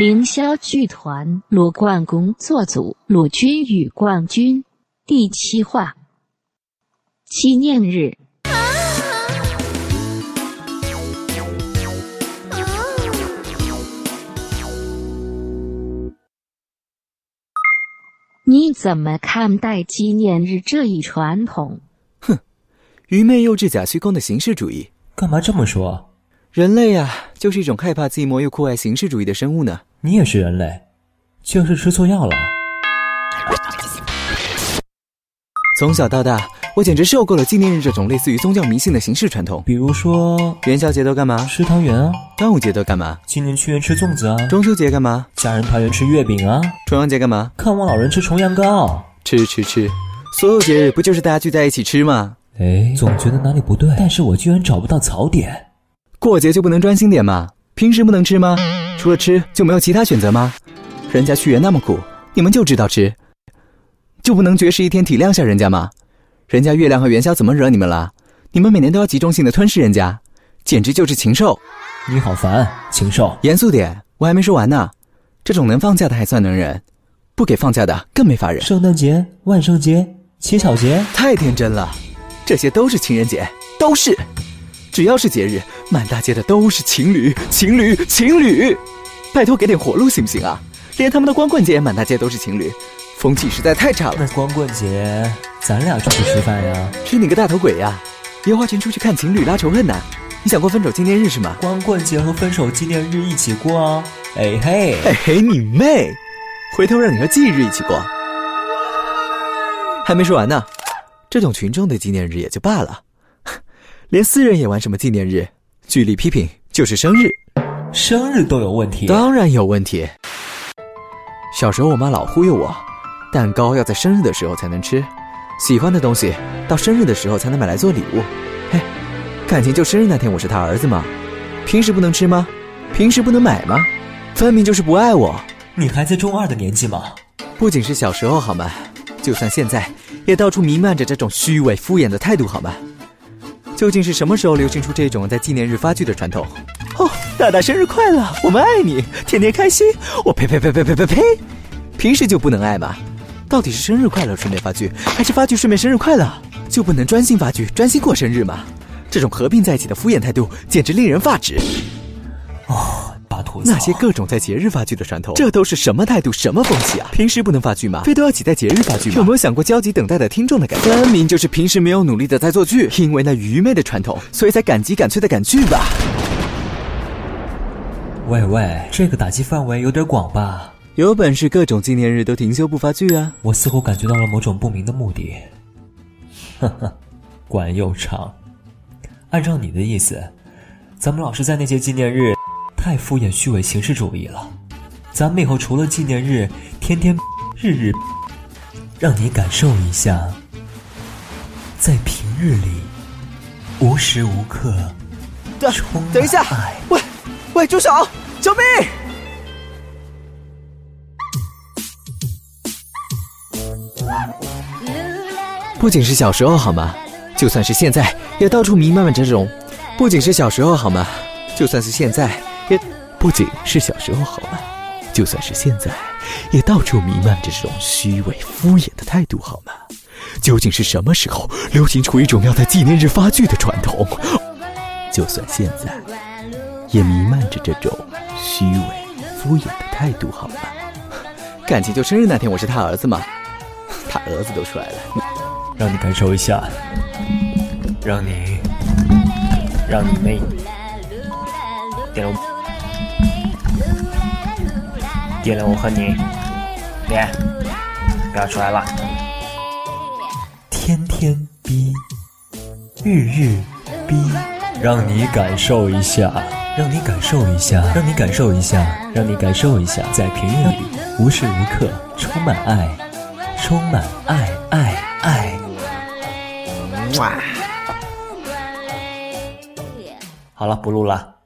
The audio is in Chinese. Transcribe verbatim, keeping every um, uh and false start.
凌霄剧团罗贯工作组陆军与冠军第七话纪念日。你怎么看待纪念日这一传统？ 哼，愚昧幼稚假虚空的形式主义。 干嘛这么说？ 人类啊，就是一种害怕寂寞又酷爱形式主义的生物呢。 你也是人类，就是吃错药了。 从小到大，我简直受够了纪念日这种类似于宗教迷信的形式传统。 比如说元宵节都干嘛？ 吃汤圆啊。 端午节都干嘛？ 纪念屈原吃粽子啊。 中秋节干嘛？ 家人团圆吃月饼啊。 重阳节干嘛？ 看望老人吃重阳糕。 吃吃吃，所有节日不就是大家聚在一起吃吗？ 哎，总觉得哪里不对，但是我居然找不到槽点。 过节就不能专心点吗？平时不能吃吗？除了吃就没有其他选择吗？人家屈原那么苦，你们就知道吃，就不能绝食一天体谅下人家吗？人家月亮和元宵怎么惹你们了？你们每年都要集中性的吞噬人家，简直就是禽兽。 你好烦，禽兽。 严肃点，我还没说完呢。这种能放假的还算能忍，不给放假的更没法忍。 圣诞节、万圣节、乞巧节， 太天真了，这些都是情人节，都是。只要是节日，满大街的都是情侣，情侣，情侣。拜托给点活路行不行啊？连他们的光棍节满大街都是情侣，风气实在太差了。 那光棍节咱俩出去吃饭呀？ 吃你个大头鬼呀！约花群出去看情侣拉仇恨呢、啊？你想过分手纪念日是吗？ 光棍节和分手纪念日一起过啊！哎嘿， 哎嘿，你妹！回头让你和忌日一起过。还没说完呢，这种群众的纪念日也就罢了，连私人也玩什么纪念日？据理批评就是生日。 生日都有问题？ 当然有问题。小时候我妈老忽悠我，蛋糕要在生日的时候才能吃，喜欢的东西到生日的时候才能买来做礼物。嘿，感情就生日那天我是他儿子吗？平时不能吃吗？平时不能买吗？分明就是不爱我。 你还在中二的年纪吗？ 不仅是小时候好吗？就算现在也到处弥漫着这种虚伪敷衍的态度好吗？究竟是什么时候流行出这种在纪念日发剧的传统？哦，大大生日快乐，我们爱你，天天开心。我呸呸呸呸呸呸呸！平时就不能爱吗？到底是生日快乐顺便发剧，还是发剧顺便生日快乐？就不能专心发剧，专心过生日吗？这种合并在一起的敷衍态度，简直令人发指。 哦。 那些各种在节日发剧的传统，这都是什么态度什么风气啊？平时不能发剧吗？非都要挤在节日发剧吗？有没有想过焦急等待的听众的感觉？分明就是平时没有努力的在做剧，因为那愚昧的传统，所以才赶急赶催的赶剧吧。 喂喂，这个打击范围有点广吧？ 有本事各种纪念日都停休不发剧啊！ 我似乎感觉到了某种不明的目的。呵呵，管又长。按照你的意思，咱们老是在那些纪念日太敷衍虚伪形式主义了，咱们以后除了纪念日，天天日日，让你感受一下，在平日里无时无刻充满爱。 等一下，喂喂，住手！救命！不仅是小时候好吗？就算是现在，也到处弥漫着这种。不仅是小时候好吗？就算是现在。也不仅是小时候好吗？就算是现在，也到处弥漫着这种虚伪敷衍的态度好吗？究竟是什么时候流行出一种要在纪念日发剧的传统？就算现在，也弥漫着这种虚伪敷衍的态度好吗？感情就生日那天我是他儿子吗？他儿子都出来了， 让你感受一下，让你，让你妹，点了。点了我和你，点，不要出来了。天天逼，日日逼，让你感受一下，让你感受一下，让你感受一下，让你感受一下，在平日里无时无刻充满爱，充满爱爱爱。哇！好了，不录了。